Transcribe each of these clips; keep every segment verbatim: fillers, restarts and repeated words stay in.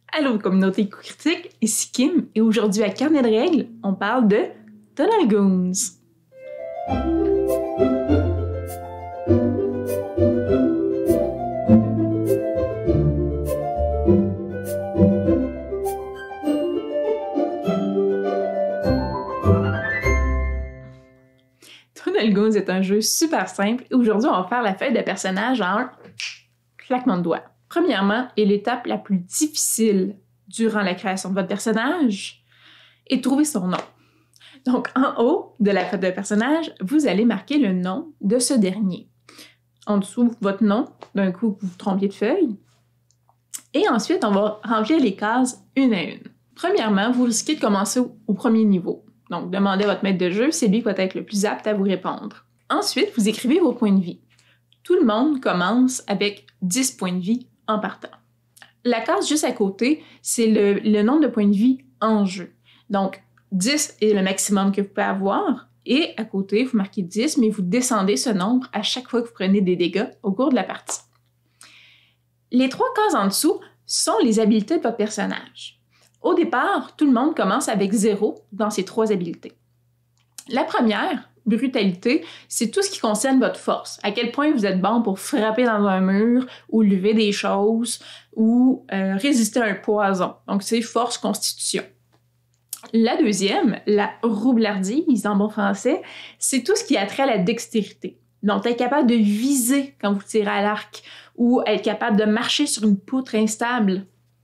Allô communauté Coup Critique, ici Kim et aujourd'hui à Carnet de règles, on parle de Tunnel Goons. Tunnel Goons est un jeu super simple et aujourd'hui on va faire la feuille de personnage en un claquement de doigts. Premièrement, et l'étape la plus difficile durant la création de votre personnage, est de trouver son nom. Donc, en haut de la feuille de personnage, vous allez marquer le nom de ce dernier. En dessous, votre nom, d'un coup, vous vous trompiez de feuille. Et ensuite, on va remplir les cases une à une. Premièrement, vous risquez de commencer au, au premier niveau. Donc, demandez à votre maître de jeu, c'est lui qui va être le plus apte à vous répondre. Ensuite, vous écrivez vos points de vie. Tout le monde commence avec dix points de vie en partant. La case juste à côté, c'est le, le nombre de points de vie en jeu. Donc, dix est le maximum que vous pouvez avoir. Et à côté, vous marquez dix, mais vous descendez ce nombre à chaque fois que vous prenez des dégâts au cours de la partie. Les trois cases en dessous sont les habiletés de votre personnage. Au départ, tout le monde commence avec zéro dans ces trois habiletés. La première, brutalité, c'est tout ce qui concerne votre force. À quel point vous êtes bon pour frapper dans un mur ou lever des choses ou euh, résister à un poison. Donc, c'est force constitution. La deuxième, la roublardise en bon français, c'est tout ce qui a trait à la dextérité. Donc, être capable de viser quand vous tirez à l'arc ou être capable de marcher sur une poutre instable.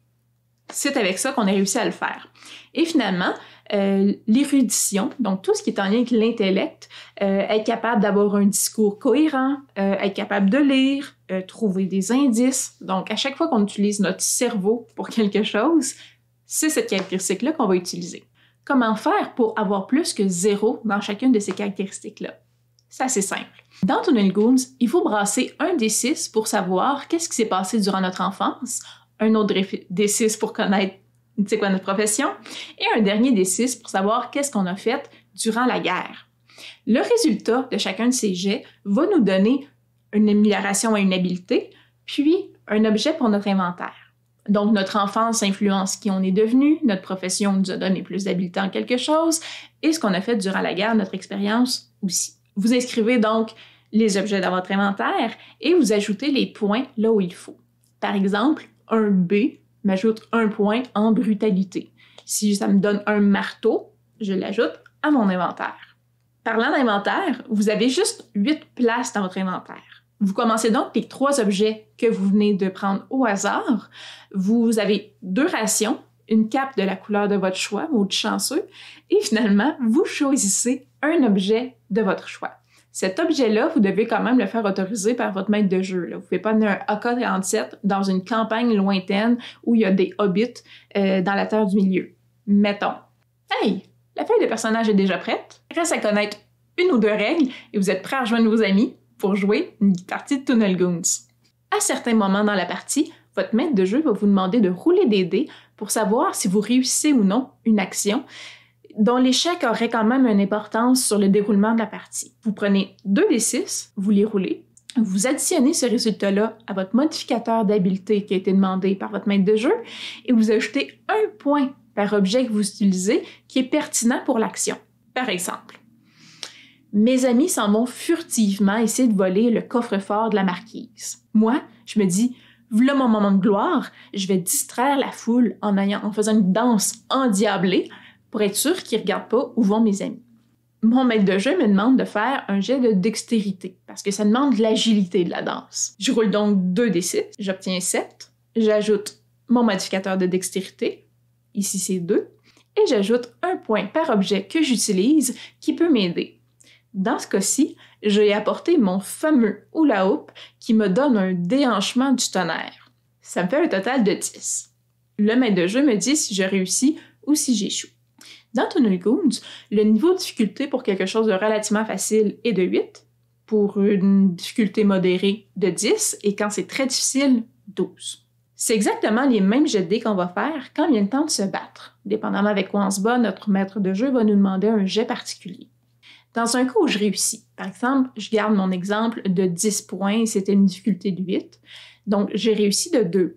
C'est avec ça qu'on a réussi à le faire. Et finalement, euh, l'érudition, donc tout ce qui est en lien avec l'intellect, euh, être capable d'avoir un discours cohérent, euh, être capable de lire, euh, trouver des indices. Donc, à chaque fois qu'on utilise notre cerveau pour quelque chose, c'est cette caractéristique-là qu'on va utiliser. Comment faire pour avoir plus que zéro dans chacune de ces caractéristiques-là? C'est assez simple. Dans Tunnel Goons, il faut brasser un des six pour savoir qu'est-ce qui s'est passé durant notre enfance, un autre des six pour connaître c'est quoi notre profession, et un dernier des six pour savoir qu'est-ce qu'on a fait durant la guerre. Le résultat de chacun de ces jets va nous donner une amélioration à une habileté, puis un objet pour notre inventaire. Donc, notre enfance influence qui on est devenu, notre profession nous a donné plus d'habileté en quelque chose, et ce qu'on a fait durant la guerre, notre expérience aussi. Vous inscrivez donc les objets dans votre inventaire et vous ajoutez les points là où il faut. Par exemple, un B m'ajoute un point en brutalité. Si ça me donne un marteau, je l'ajoute à mon inventaire. Parlant d'inventaire, vous avez juste huit places dans votre inventaire. Vous commencez donc les trois objets que vous venez de prendre au hasard. Vous avez deux rations, une cape de la couleur de votre choix, votre chanceux, et finalement, vous choisissez un objet de votre choix. Cet objet-là, vous devez quand même le faire autoriser par votre maître de jeu. Là. Vous ne pouvez pas amener un A K trente-sept dans une campagne lointaine où il y a des hobbits euh, dans la Terre du Milieu. Mettons. Hey! La feuille de personnage est déjà prête. Il reste à connaître une ou deux règles et vous êtes prêts à rejoindre vos amis pour jouer une partie de Tunnel Goons. À certains moments dans la partie, votre maître de jeu va vous demander de rouler des dés pour savoir si vous réussissez ou non une action dont l'échec aurait quand même une importance sur le déroulement de la partie. Vous prenez deux des six, vous les roulez, vous additionnez ce résultat-là à votre modificateur d'habileté qui a été demandé par votre maître de jeu et vous ajoutez un point par objet que vous utilisez qui est pertinent pour l'action. Par exemple, mes amis s'en vont furtivement essayer de voler le coffre-fort de la marquise. Moi, je me dis, voilà mon moment de gloire, je vais distraire la foule en, ayant, en faisant une danse endiablée pour être sûr qu'ils ne regardent pas où vont mes amis. Mon maître de jeu me demande de faire un jet de dextérité, parce que ça demande de l'agilité de la danse. Je roule donc deux des six, j'obtiens sept, j'ajoute mon modificateur de dextérité, ici c'est deux, et j'ajoute un point par objet que j'utilise qui peut m'aider. Dans ce cas-ci, j'ai apporté mon fameux hula hoop qui me donne un déhanchement du tonnerre. Ça me fait un total de dix. Le maître de jeu me dit si je réussis ou si j'échoue. Dans Tunnel Goons, le niveau de difficulté pour quelque chose de relativement facile est de huit, pour une difficulté modérée de dix, et quand c'est très difficile, douze. C'est exactement les mêmes jets de dés qu'on va faire quand vient le temps de se battre. Dépendamment avec quoi on se bat, notre maître de jeu va nous demander un jet particulier. Dans un cas où je réussis, par exemple, je garde mon exemple de dix points, c'était une difficulté de huit, donc j'ai réussi de deux points.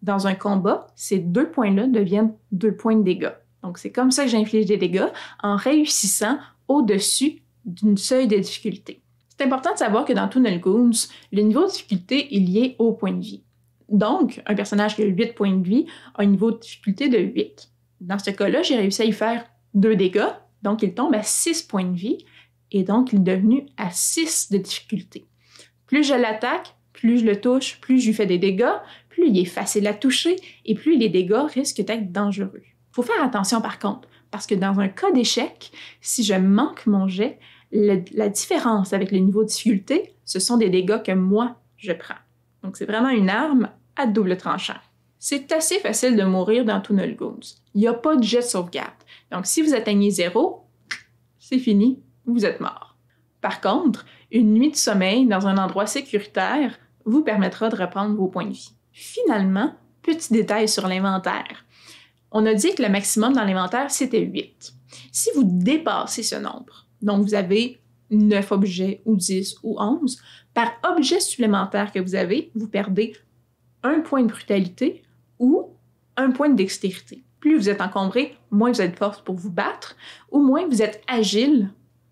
Dans un combat, ces deux points-là deviennent deux points de dégâts. Donc, c'est comme ça que j'inflige des dégâts en réussissant au-dessus d'une seuil de difficulté. C'est important de savoir que dans Tunnel Goons, le niveau de difficulté est lié au point de vie. Donc, un personnage qui a huit points de vie a un niveau de difficulté de huit. Dans ce cas-là, j'ai réussi à y faire deux dégâts, donc il tombe à six points de vie, et donc il est devenu à six de difficulté. Plus je l'attaque, plus je le touche, plus je lui fais des dégâts, plus il est facile à toucher, et plus les dégâts risquent d'être dangereux. Il faut faire attention par contre, parce que dans un cas d'échec, si je manque mon jet, le, la différence avec le niveau de difficulté, ce sont des dégâts que moi, je prends. Donc c'est vraiment une arme à double tranchant. C'est assez facile de mourir dans Tunnel Goons. Il n'y a pas de jet de sauvegarde. Donc si vous atteignez zéro, c'est fini, vous êtes mort. Par contre, une nuit de sommeil dans un endroit sécuritaire vous permettra de reprendre vos points de vie. Finalement, petit détail sur l'inventaire. On a dit que le maximum dans l'inventaire, c'était huit. Si vous dépassez ce nombre, donc vous avez neuf objets ou dix ou onze, par objet supplémentaire que vous avez, vous perdez un point de brutalité ou un point de dextérité. Plus vous êtes encombré, moins vous êtes forte pour vous battre, ou moins vous êtes agile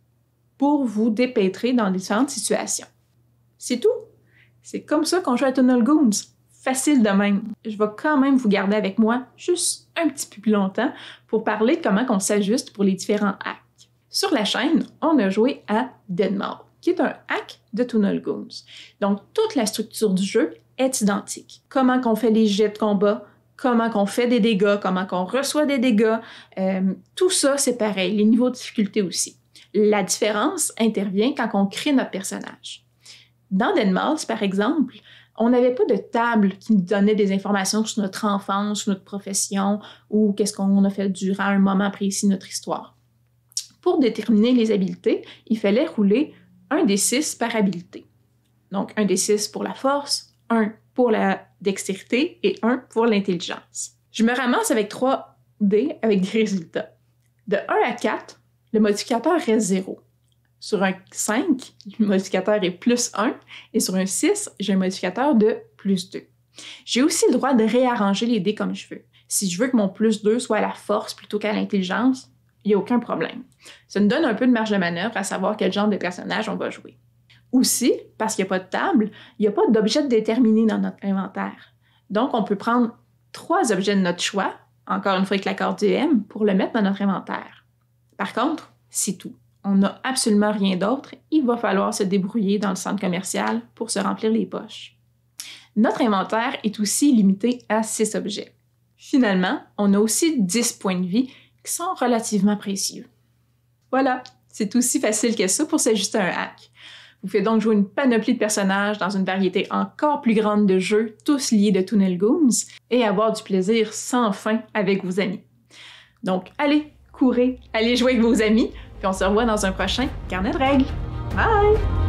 pour vous dépêtrer dans différentes situations. C'est tout. C'est comme ça qu'on joue à Tunnel Goons. Facile de même. Je vais quand même vous garder avec moi juste un petit peu plus longtemps pour parler de comment on s'ajuste pour les différents hacks. Sur la chaîne, on a joué à Deadmau, qui est un hack de Tunnel Goons. Donc, toute la structure du jeu est identique. Comment qu'on fait les jets de combat, comment qu'on fait des dégâts, comment qu'on reçoit des dégâts, euh, tout ça, c'est pareil. Les niveaux de difficulté aussi. La différence intervient quand on crée notre personnage. Dans Deadmau, par exemple, on n'avait pas de table qui nous donnait des informations sur notre enfance, sur notre profession ou qu'est-ce qu'on a fait durant un moment précis de notre histoire. Pour déterminer les habiletés, il fallait rouler un des six par habileté. Donc, un des six pour la force, un pour la dextérité et un pour l'intelligence. Je me ramasse avec trois dés avec des résultats. De un à quatre, le modificateur reste zéro. Sur un cinq, le modificateur est plus un, et sur un six, j'ai un modificateur de plus deux. J'ai aussi le droit de réarranger les dés comme je veux. Si je veux que mon plus deux soit à la force plutôt qu'à l'intelligence, il n'y a aucun problème. Ça nous donne un peu de marge de manœuvre à savoir quel genre de personnage on va jouer. Aussi, parce qu'il n'y a pas de table, il n'y a pas d'objet déterminé dans notre inventaire. Donc, on peut prendre trois objets de notre choix, encore une fois avec l'accord du M, pour le mettre dans notre inventaire. Par contre, c'est tout. On n'a absolument rien d'autre, il va falloir se débrouiller dans le centre commercial pour se remplir les poches. Notre inventaire est aussi limité à six objets. Finalement, on a aussi dix points de vie qui sont relativement précieux. Voilà, c'est aussi facile que ça pour s'ajuster à un hack. Vous faites donc jouer une panoplie de personnages dans une variété encore plus grande de jeux, tous liés de Tunnel Goons, et avoir du plaisir sans fin avec vos amis. Donc, allez, courez, allez jouer avec vos amis, puis on se revoit dans un prochain carnet de règles. Bye!